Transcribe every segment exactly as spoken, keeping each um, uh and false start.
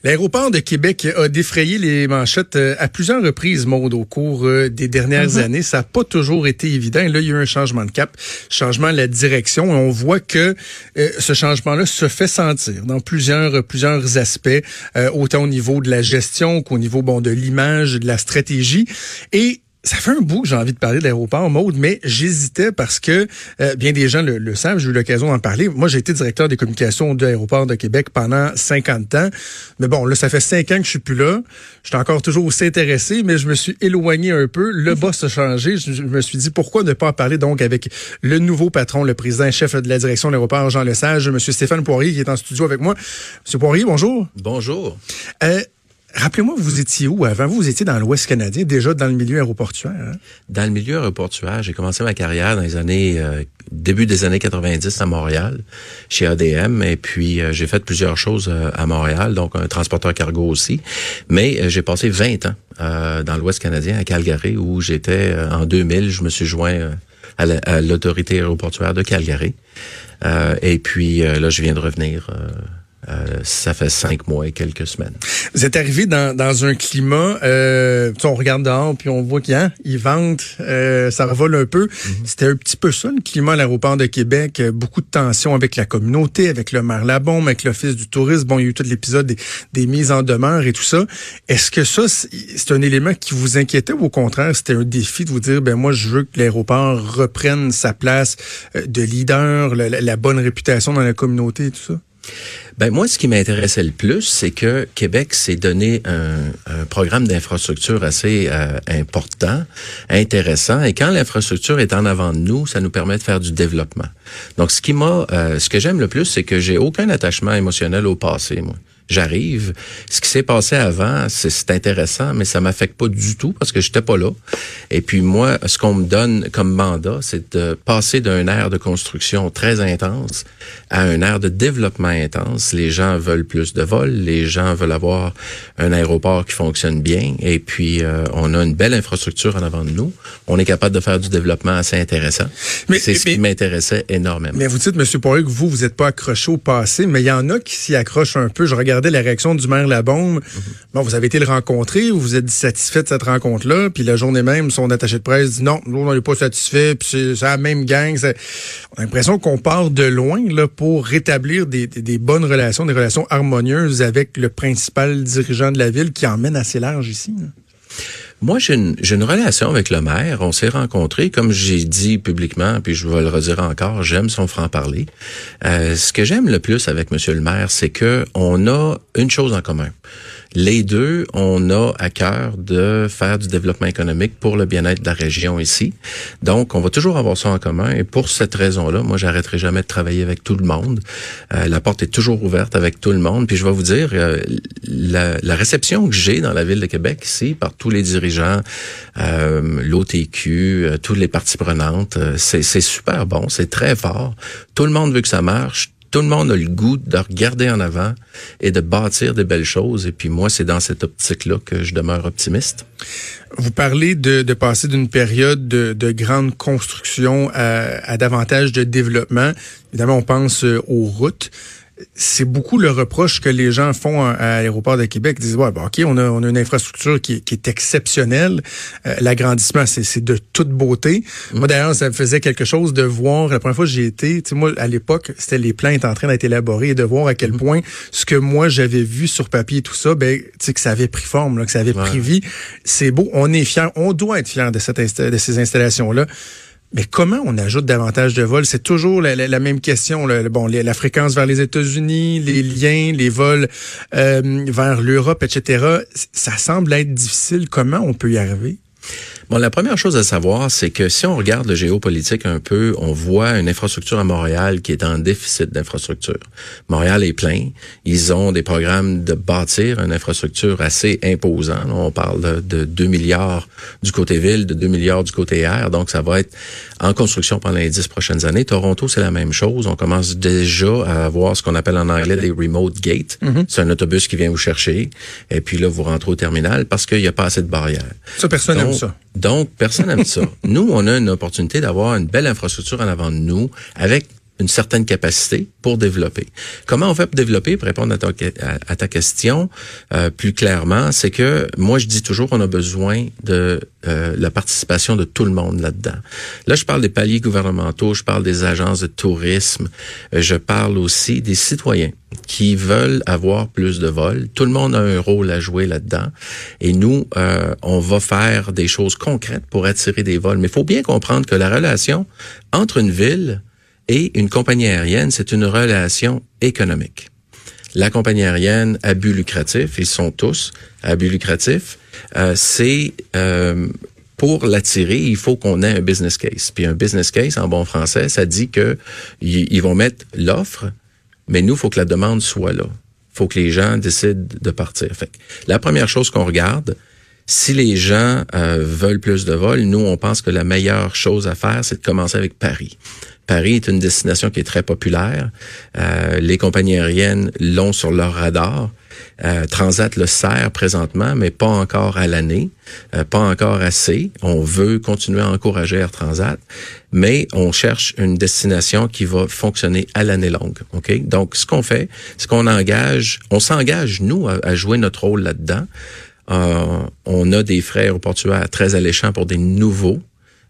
L'aéroport de Québec a défrayé les manchettes à plusieurs reprises, Maude, au cours des dernières mm-hmm. années. Ça n'a pas toujours été évident. Là, il y a eu un changement de cap, changement de la direction. Et on voit que euh, ce changement-là se fait sentir dans plusieurs plusieurs aspects, euh, autant au niveau de la gestion qu'au niveau bon de l'image, de la stratégie. Et ça fait un bout que j'ai envie de parler de l'aéroport, Maude, mais j'hésitais parce que euh, bien des gens le, le savent, j'ai eu l'occasion d'en parler. Moi, j'ai été directeur des communications de l'aéroport de Québec pendant cinquante ans. Mais bon, là, ça fait cinq ans que je suis plus là. Je suis encore toujours aussi intéressé, mais je me suis éloigné un peu. Le boss a changé. Je, je me suis dit, pourquoi ne pas en parler donc avec le nouveau patron, le président et chef de la direction de l'aéroport, Jean Lesage, M. Stéphane Poirier, qui est en studio avec moi. M. Poirier, bonjour. Bonjour. Euh, Rappelez-moi, vous étiez où avant? Vous, vous étiez dans l'Ouest canadien, déjà dans le milieu aéroportuaire. Hein? Dans le milieu aéroportuaire, j'ai commencé ma carrière dans les années, euh, début des années quatre-vingt-dix à Montréal, chez A D M. Et puis, euh, j'ai fait plusieurs choses euh, à Montréal, donc un transporteur cargo aussi. Mais euh, j'ai passé vingt ans euh, dans l'Ouest canadien, à Calgary, où j'étais euh, en deux mille. Je me suis joint euh, à, la, à l'autorité aéroportuaire de Calgary. Euh, et puis, euh, là, je viens de revenir... Euh, Euh, ça fait cinq mois et quelques semaines. Vous êtes arrivé dans, dans un climat, euh, on regarde dehors puis on voit qu'il hein, ils vendent, euh, ça revole un peu. Mm-hmm. C'était un petit peu ça le climat à l'aéroport de Québec, beaucoup de tensions avec la communauté, avec le maire Labombe, avec l'Office du tourisme. Bon, il y a eu tout l'épisode des, des mises en demeure et tout ça. Est-ce que ça, c'est un élément qui vous inquiétait ou au contraire, c'était un défi de vous dire, ben moi, je veux que l'aéroport reprenne sa place de leader, la, la bonne réputation dans la communauté et tout ça? Ben moi, ce qui m'intéressait le plus, c'est que Québec s'est donné un, un programme d'infrastructure assez euh, important, intéressant, et quand l'infrastructure est en avant de nous, ça nous permet de faire du développement. Donc, ce qui m'a, euh, ce que j'aime le plus, c'est que j'ai aucun attachement émotionnel au passé, moi. J'arrive. Ce qui s'est passé avant, c'est, c'est intéressant, mais ça m'affecte pas du tout parce que j'étais pas là. Et puis moi, ce qu'on me donne comme mandat, c'est de passer d'un ère de construction très intense à un ère de développement intense. Les gens veulent plus de vols, les gens veulent avoir un aéroport qui fonctionne bien. Et puis, euh, on a une belle infrastructure en avant de nous. On est capable de faire du développement assez intéressant. Mais, c'est ce mais, qui m'intéressait énormément. Mais vous dites, M. Poirier, que vous, vous n'êtes pas accroché au passé, mais il y en a qui s'y accrochent un peu. Je regardais la réaction du maire Labombe. Mm-hmm. Bon, vous avez été le rencontrer, vous vous êtes satisfait de cette rencontre-là, puis la journée même, son attaché de presse dit non, nous, on n'est pas satisfait, puis c'est, c'est la même gang. C'est... On a l'impression qu'on part de loin là pour rétablir des, des, des bonnes relations, des relations harmonieuses avec le principal dirigeant de la ville qui emmène assez large ici. Là. Moi, j'ai une, j'ai une relation avec le maire. On s'est rencontrés, comme j'ai dit publiquement, puis je vais le redire encore, j'aime son franc-parler. Euh, ce que j'aime le plus avec Monsieur le maire, c'est que on a une chose en commun. Les deux, on a à cœur de faire du développement économique pour le bien-être de la région ici. Donc, on va toujours avoir ça en commun. Et pour cette raison-là, moi, j'arrêterai jamais de travailler avec tout le monde. Euh, la porte est toujours ouverte avec tout le monde. Puis je vais vous dire, euh, la, la réception que j'ai dans la ville de Québec ici, par tous les dirigeants, euh, l'O T Q, euh, toutes les parties prenantes, euh, c'est, c'est super bon, c'est très fort. Tout le monde veut que ça marche. Tout le monde a le goût de regarder en avant et de bâtir des belles choses. Et puis moi, c'est dans cette optique-là que je demeure optimiste. Vous parlez de, de passer d'une période de, de grande construction à, à davantage de développement. Évidemment, on pense aux routes. C'est beaucoup le reproche que les gens font à, à l'aéroport de Québec. Ils disent, ouais, ben, OK, on a, on a une infrastructure qui, qui est exceptionnelle. Euh, l'agrandissement, c'est, c'est de toute beauté. Mmh. Moi, d'ailleurs, ça me faisait quelque chose de voir, la première fois que j'y étais, tu sais, moi, à l'époque, c'était les plans étaient en train d'être élaborés et de voir à quel mmh. point ce que moi, j'avais vu sur papier et tout ça, ben, tu sais, que ça avait pris forme, là, que ça avait ouais. pris vie. C'est beau. On est fiers. On doit être fiers de cette insta- de ces installations-là. Mais comment on ajoute davantage de vols? C'est toujours la, la, la même question. Là. Bon, les, la fréquence vers les États-Unis, les liens, les vols euh, vers l'Europe, et cetera. Ça semble être difficile. Comment on peut y arriver? Bon, la première chose à savoir, c'est que si on regarde le géopolitique un peu, on voit une infrastructure à Montréal qui est en déficit d'infrastructure. Montréal est plein. Ils ont des programmes de bâtir une infrastructure assez imposant. Là, on parle de, de deux milliards du côté ville, de deux milliards du côté air. Donc, ça va être en construction pendant les dix prochaines années. Toronto, c'est la même chose. On commence déjà à avoir ce qu'on appelle en anglais des remote gates. Mm-hmm. C'est un autobus qui vient vous chercher. Et puis là, vous rentrez au terminal parce qu'il n'y a pas assez de barrières. Ça, personne n'aime ça. Donc, personne n'aime ça. Nous, on a une opportunité d'avoir une belle infrastructure en avant de nous avec une certaine capacité pour développer. Comment on fait pour développer, pour répondre à ta, à, à ta question euh, plus clairement, c'est que moi, je dis toujours qu'on a besoin de euh, la participation de tout le monde là-dedans. Là, je parle des paliers gouvernementaux, je parle des agences de tourisme, euh, je parle aussi des citoyens qui veulent avoir plus de vols. Tout le monde a un rôle à jouer là-dedans. Et nous, euh, on va faire des choses concrètes pour attirer des vols. Mais il faut bien comprendre que la relation entre une ville et une compagnie aérienne, c'est une relation économique. La compagnie aérienne à but lucratif, ils sont tous à but lucratif, euh, c'est euh, pour l'attirer, il faut qu'on ait un business case. Puis un business case, en bon français, ça dit que ils, ils vont mettre l'offre, mais nous, il faut que la demande soit là. Il faut que les gens décident de partir. Fait que la première chose qu'on regarde, si les gens euh, veulent plus de vols, nous, on pense que la meilleure chose à faire, c'est de commencer avec Paris. Paris est une destination qui est très populaire. Euh, les compagnies aériennes l'ont sur leur radar. Euh, Transat le sert présentement, mais pas encore à l'année, euh, pas encore assez. On veut continuer à encourager Air Transat, mais on cherche une destination qui va fonctionner à l'année longue. Ok, donc ce qu'on fait, c'est qu'on engage, on s'engage nous à, à jouer notre rôle là-dedans. Euh, on a des frais aéroportuaires très alléchants pour des nouveaux.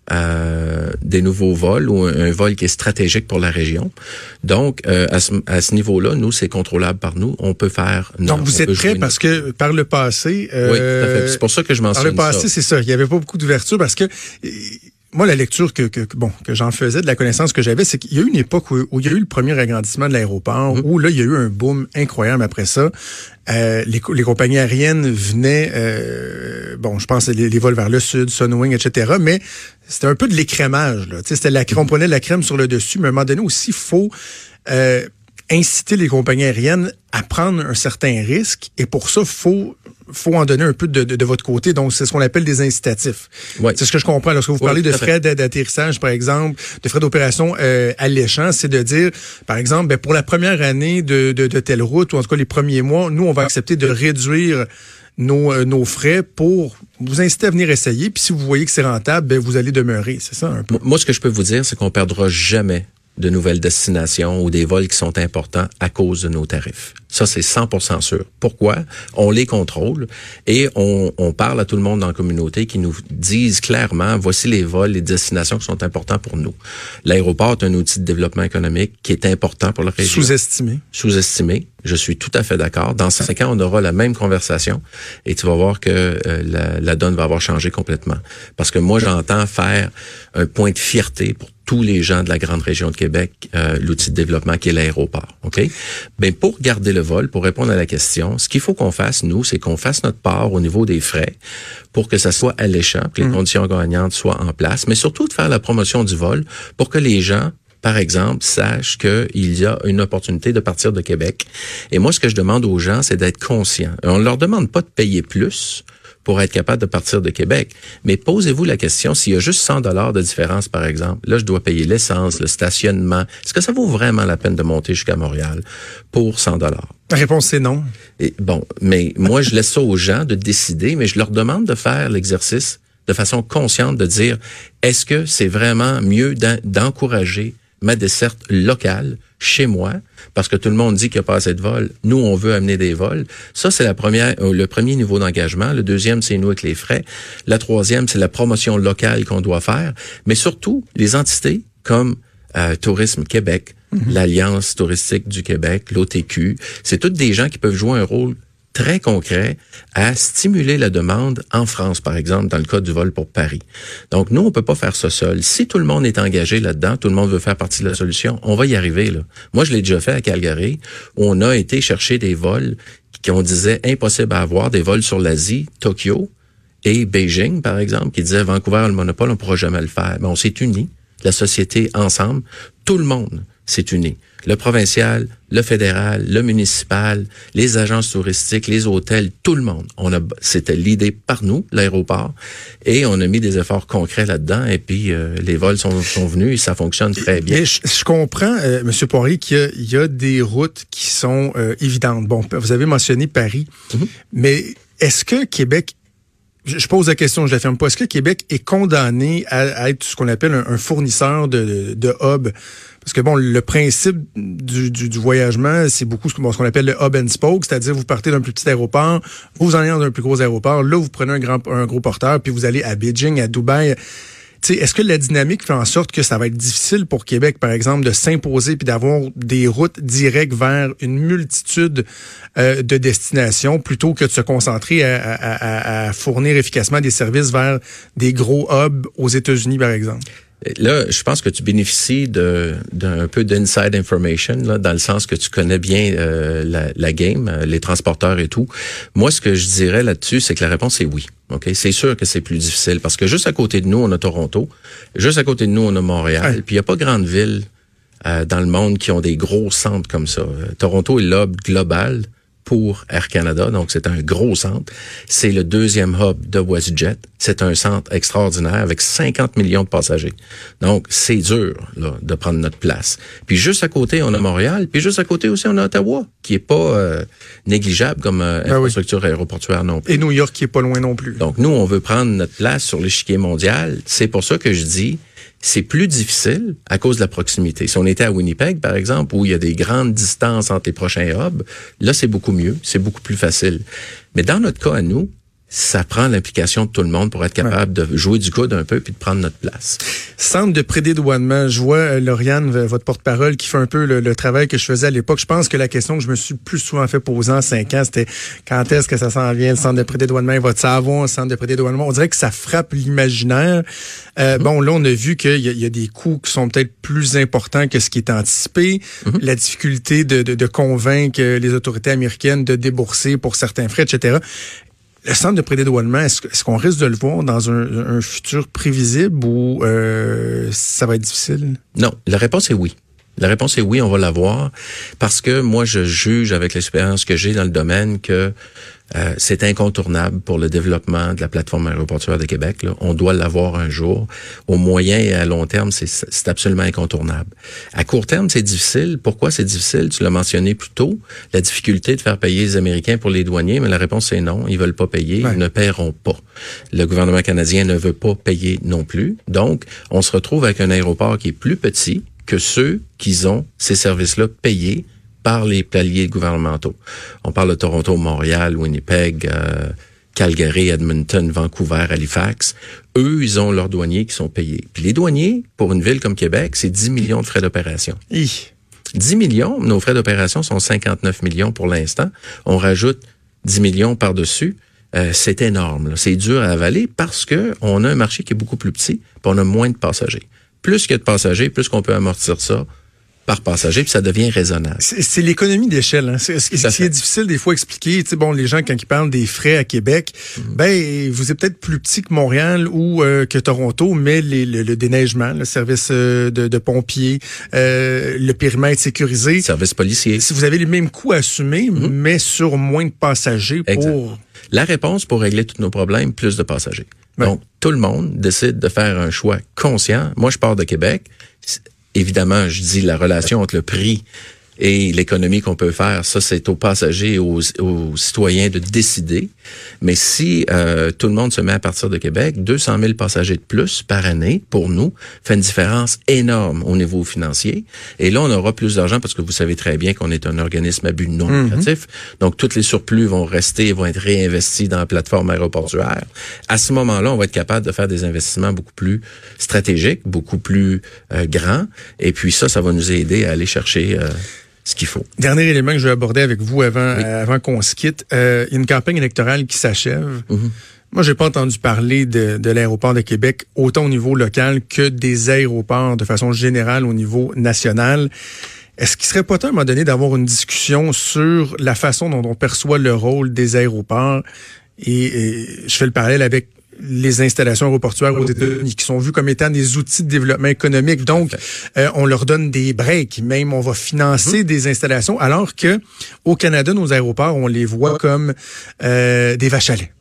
Euh, des nouveaux vols ou un, un vol qui est stratégique pour la région. Donc, euh, à ce, à ce niveau-là, nous, c'est contrôlable par nous. On peut faire... Non, Donc, vous êtes prêts parce que par le passé... Euh, oui, tout à fait. C'est pour ça que je mentionne ça. Par le passé, c'est ça. Il n'y avait pas beaucoup d'ouverture parce que... Moi, la lecture que, que bon que j'en faisais, de la connaissance que j'avais, c'est qu'il y a eu une époque où, où il y a eu le premier agrandissement de l'aéroport, mmh. où là, il y a eu un boom incroyable après ça. Euh, les, les compagnies aériennes venaient, euh, bon, je pense les, les vols vers le sud, Sunwing, et cetera, mais c'était un peu de l'écrémage, là. Tu sais, c'était la, on prenait de la crème sur le dessus, mais à un moment donné aussi, il faut euh, inciter les compagnies aériennes à prendre un certain risque, et pour ça, faut faut en donner un peu de, de, de votre côté. Donc, c'est ce qu'on appelle des incitatifs. Oui. C'est ce que je comprends. Lorsque vous oui, parlez de frais d'atterrissage, par exemple, de frais d'opération euh, alléchants, c'est de dire, par exemple, ben, pour la première année de, de, de telle route, ou en tout cas les premiers mois, nous, on va accepter de réduire nos, euh, nos frais pour vous inciter à venir essayer. Puis si vous voyez que c'est rentable, ben, vous allez demeurer. C'est ça un peu. Moi, ce que je peux vous dire, c'est qu'on perdra jamais de nouvelles destinations ou des vols qui sont importants à cause de nos tarifs. Ça, c'est cent pour cent sûr. Pourquoi? On les contrôle et on, on parle à tout le monde dans la communauté qui nous disent clairement, voici les vols, les destinations qui sont importants pour nous. L'aéroport est un outil de développement économique qui est important pour la région. Sous-estimé. Sous-estimé. Je suis tout à fait d'accord. Dans cinq ans, on aura la même conversation et tu vas voir que euh, la, la donne va avoir changé complètement. Parce que moi, j'entends faire un point de fierté pour tous les gens de la grande région de Québec, euh, l'outil de développement qui est l'aéroport. OK? Ben, pour garder le vol, pour répondre à la question, ce qu'il faut qu'on fasse, nous, c'est qu'on fasse notre part au niveau des frais pour que ça soit alléchant, que les mmh. conditions gagnantes soient en place, mais surtout de faire la promotion du vol pour que les gens, par exemple, sachent qu'il y a une opportunité de partir de Québec. Et moi, ce que je demande aux gens, c'est d'être conscients. On ne leur demande pas de payer plus pour être capable de partir de Québec. Mais posez-vous la question, s'il y a juste cent dollars de différence, par exemple, là, je dois payer l'essence, le stationnement. Est-ce que ça vaut vraiment la peine de monter jusqu'à Montréal pour cent dollars? La réponse, c'est non. Et bon, mais moi, je laisse ça aux gens de décider, mais je leur demande de faire l'exercice de façon consciente, de dire, est-ce que c'est vraiment mieux d'encourager ma desserte locale chez moi, parce que tout le monde dit qu'il n'y a pas assez de vols. Nous, on veut amener des vols. Ça, c'est la première, le premier niveau d'engagement. Le deuxième, c'est nous avec les frais. La troisième, c'est la promotion locale qu'on doit faire. Mais surtout, les entités comme euh, Tourisme Québec, mm-hmm. l'Alliance touristique du Québec, l'O T Q, c'est toutes des gens qui peuvent jouer un rôle très concret à stimuler la demande en France, par exemple, dans le cas du vol pour Paris. Donc, nous, on peut pas faire ça seul. Si tout le monde est engagé là-dedans, tout le monde veut faire partie de la solution, on va y arriver, là. Moi, je l'ai déjà fait à Calgary, où on a été chercher des vols qui, on disait, impossible à avoir, des vols sur l'Asie, Tokyo et Beijing, par exemple, qui disaient, Vancouver a le monopole, on pourra jamais le faire. Mais on s'est unis, la société ensemble, tout le monde s'est uni. Le provincial, le fédéral, le municipal, les agences touristiques, les hôtels, tout le monde. On a, c'était l'idée par nous, l'aéroport, et on a mis des efforts concrets là-dedans. Et puis euh, les vols sont, sont venus et ça fonctionne très bien. Mais je, je comprends, euh, M. Poirier, qu'il y a, il y a des routes qui sont euh, évidentes. Bon, vous avez mentionné Paris, mm-hmm. mais est-ce que Québec je pose la question, je l'affirme pas. Est-ce que Québec est condamné à, à être ce qu'on appelle un, un fournisseur de, de, de hub? Parce que bon, le principe du, du, du voyagement, c'est beaucoup ce, bon, ce qu'on appelle le hub and spoke, c'est-à-dire vous partez d'un plus petit aéroport, vous en allez dans un plus gros aéroport, là vous prenez un grand un gros porteur, puis vous allez à Beijing, à Dubaï. T'sais, est-ce que la dynamique fait en sorte que ça va être difficile pour Québec, par exemple, de s'imposer puis d'avoir des routes directes vers une multitude euh, de destinations plutôt que de se concentrer à, à, à, à fournir efficacement des services vers des gros hubs aux États-Unis, par exemple? Là, je pense que tu bénéficies de d'un peu d'inside information, là, dans le sens que tu connais bien euh, la, la game, euh, les transporteurs et tout. Moi, ce que je dirais là-dessus, c'est que la réponse est oui. Ok, c'est sûr que c'est plus difficile parce que juste à côté de nous, on a Toronto, juste à côté de nous, on a Montréal, ouais. Puis il y a pas grande ville euh, dans le monde qui ont des gros centres comme ça. Euh, Toronto est l'hub global pour Air Canada, donc c'est un gros centre. C'est le deuxième hub de WestJet. C'est un centre extraordinaire avec cinquante millions de passagers. Donc, c'est dur là, de prendre notre place. Puis juste à côté, on a Montréal. Puis juste à côté aussi, on a Ottawa, qui est pas euh, négligeable comme euh, ben infrastructure oui. aéroportuaire non plus. Et New York qui est pas loin non plus. Donc, nous, on veut prendre notre place sur l'échiquier mondial. C'est pour ça que je dis... c'est plus difficile à cause de la proximité. Si on était à Winnipeg, par exemple, où il y a des grandes distances entre les prochains hubs, là, c'est beaucoup mieux, c'est beaucoup plus facile. Mais dans notre cas à nous, ça prend l'implication de tout le monde pour être capable ouais. de jouer du coude un peu puis de prendre notre place. Centre de prédédouanement, je vois euh, Lauriane, votre porte-parole, qui fait un peu le, le travail que je faisais à l'époque. Je pense que la question que je me suis plus souvent fait poser en cinq ans, c'était quand est-ce que ça s'en vient, le centre de prédédouanement, il va savoir, le centre de prédédouanement. On dirait que ça frappe l'imaginaire. Euh, mm-hmm. Bon, là, on a vu qu'il y a, il y a des coûts qui sont peut-être plus importants que ce qui est anticipé. Mm-hmm. La difficulté de, de, de convaincre les autorités américaines de débourser pour certains frais, et cetera. Le centre de prédédouanement, est-ce, est-ce qu'on risque de le voir dans un, un futur prévisible ou euh, ça va être difficile? Non, la réponse est oui. La réponse est oui, on va l'avoir parce que moi, je juge avec l'expérience que j'ai dans le domaine que euh, c'est incontournable pour le développement de la plateforme aéroportuaire de Québec. Là. On doit l'avoir un jour. Au moyen et à long terme, c'est, c'est absolument incontournable. À court terme, c'est difficile. Pourquoi c'est difficile? Tu l'as mentionné plus tôt. La difficulté de faire payer les Américains pour les douaniers, mais la réponse est non. Ils veulent pas payer. Ouais. Ils ne paieront pas. Le gouvernement canadien ne veut pas payer non plus. Donc, on se retrouve avec un aéroport qui est plus petit que ceux qui ont ces services-là payés par les paliers gouvernementaux. On parle de Toronto, Montréal, Winnipeg, euh, Calgary, Edmonton, Vancouver, Halifax. Eux, ils ont leurs douaniers qui sont payés. Puis les douaniers, pour une ville comme Québec, c'est dix millions de frais d'opération. Hi. dix millions, nos frais d'opération sont cinquante-neuf millions pour l'instant. On rajoute dix millions par-dessus. Euh, c'est énorme. Là. C'est dur à avaler parce que on a un marché qui est beaucoup plus petit, puis on a moins de passagers. Plus qu'il y a de passagers, plus qu'on peut amortir ça par passager, puis ça devient raisonnable. C'est, c'est l'économie d'échelle. Hein. C'est, c'est, c'est difficile des fois à expliquer. Tu sais, bon, les gens, quand ils parlent des frais à Québec, mm-hmm. ben vous êtes peut-être plus petit que Montréal ou euh, que Toronto, mais les, le, le déneigement, le service euh, de, de pompiers, euh, le périmètre sécurisé. Service policier. Si vous avez les mêmes coûts à assumer, mm-hmm. mais sur moins de passagers pour... Exact. La réponse pour régler tous nos problèmes, plus de passagers. Ouais. Donc, tout le monde décide de faire un choix conscient. Moi, je pars de Québec. Évidemment, je dis la relation entre le prix et l'économie qu'on peut faire, ça, c'est aux passagers et aux, aux citoyens de décider. Mais si euh, tout le monde se met à partir de Québec, deux cent mille passagers de plus par année, pour nous, fait une différence énorme au niveau financier. Et là, on aura plus d'argent parce que vous savez très bien qu'on est un organisme à but non lucratif. Mm-hmm. Donc, tous les surplus vont rester et vont être réinvestis dans la plateforme aéroportuaire. À ce moment-là, on va être capable de faire des investissements beaucoup plus stratégiques, beaucoup plus euh, grands. Et puis ça, ça va nous aider à aller chercher... Euh, ce qu'il faut. Dernier élément que je vais aborder avec vous avant, oui. euh, avant qu'on se quitte. Euh, il y a une campagne électorale qui s'achève. Mm-hmm. Moi, j'ai pas entendu parler de, de l'aéroport de Québec, autant au niveau local que des aéroports de façon générale au niveau national. Est-ce qu'il serait pas temps à un moment donné d'avoir une discussion sur la façon dont on perçoit le rôle des aéroports? Et, et je fais le parallèle avec les installations aéroportuaires aux États-Unis, qui sont vues comme étant des outils de développement économique. Donc, euh, on leur donne des breaks, même on va financer mmh. des installations, alors que au Canada, nos aéroports, on les voit comme euh, des vaches à lait.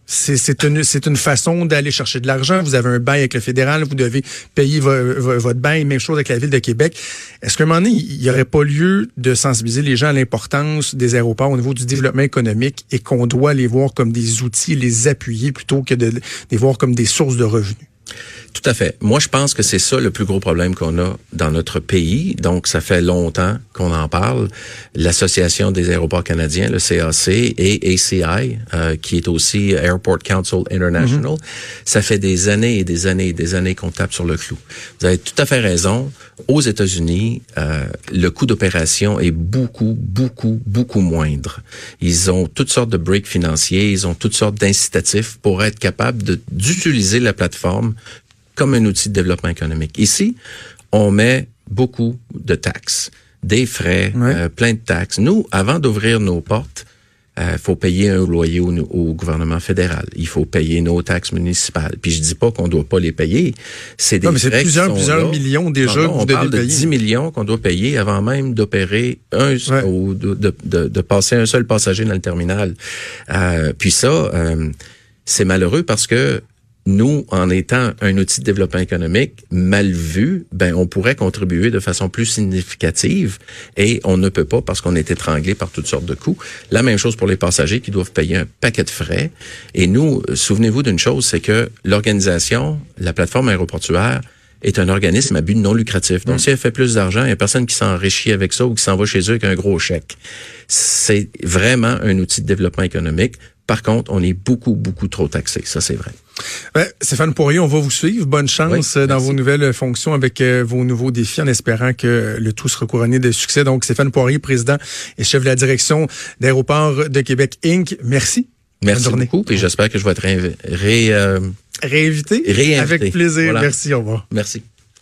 C'est, c'est une, c'est une façon d'aller chercher de l'argent. Vous avez un bail avec le fédéral, vous devez payer vo, vo, votre bail, même chose avec la Ville de Québec. Est-ce qu'à un moment donné, il n'y aurait pas lieu de sensibiliser les gens à l'importance des aéroports au niveau du développement économique et qu'on doit les voir comme des outils, les appuyer plutôt que de les voir comme des sources de revenus? Tout à fait. Moi, je pense que c'est ça le plus gros problème qu'on a dans notre pays. Donc, ça fait longtemps qu'on en parle. L'Association des aéroports canadiens, le C A C, et A C I, euh, qui est aussi Airport Council International, mm-hmm. ça fait des années et des années et des années qu'on tape sur le clou. Vous avez tout à fait raison. Aux États-Unis, euh, le coût d'opération est beaucoup, beaucoup, beaucoup moindre. Ils ont toutes sortes de breaks financiers, ils ont toutes sortes d'incitatifs pour être capables de, d'utiliser la plateforme comme un outil de développement économique. Ici, on met beaucoup de taxes, des frais, ouais. euh, plein de taxes. Nous, avant d'ouvrir nos portes, il euh, faut payer un loyer au, au gouvernement fédéral. Il faut payer nos taxes municipales. Puis je dis pas qu'on doit pas les payer. C'est des non, mais frais c'est plusieurs, qui sont plusieurs là. millions déjà non, non, que vous on devez parle payer. de dix millions qu'on doit payer avant même d'opérer un ouais. ou de, de, de, de passer un seul passager dans le terminal. Euh, puis ça, euh, c'est malheureux parce que nous, en étant un outil de développement économique mal vu, ben on pourrait contribuer de façon plus significative et on ne peut pas parce qu'on est étranglé par toutes sortes de coûts. La même chose pour les passagers qui doivent payer un paquet de frais. Et nous, souvenez-vous d'une chose, c'est que l'organisation, la plateforme aéroportuaire, est un organisme à but non lucratif. Donc, mmh. si elle fait plus d'argent, il n'y a personne qui s'enrichit avec ça ou qui s'en va chez eux avec un gros chèque. C'est vraiment un outil de développement économique. Par contre, on est beaucoup, beaucoup trop taxé. Ça, c'est vrai. Ouais, Stéphane Poirier, on va vous suivre. Bonne chance oui, dans vos nouvelles fonctions avec euh, vos nouveaux défis en espérant que le tout sera couronné de succès. Donc, Stéphane Poirier, président et chef de la direction d'Aéroports de Québec, Incorporé. Merci. Merci beaucoup. Et j'espère que je vais être ré, ré, euh, réinvité. réinvité. Avec plaisir. Voilà. Merci. Au revoir. Merci.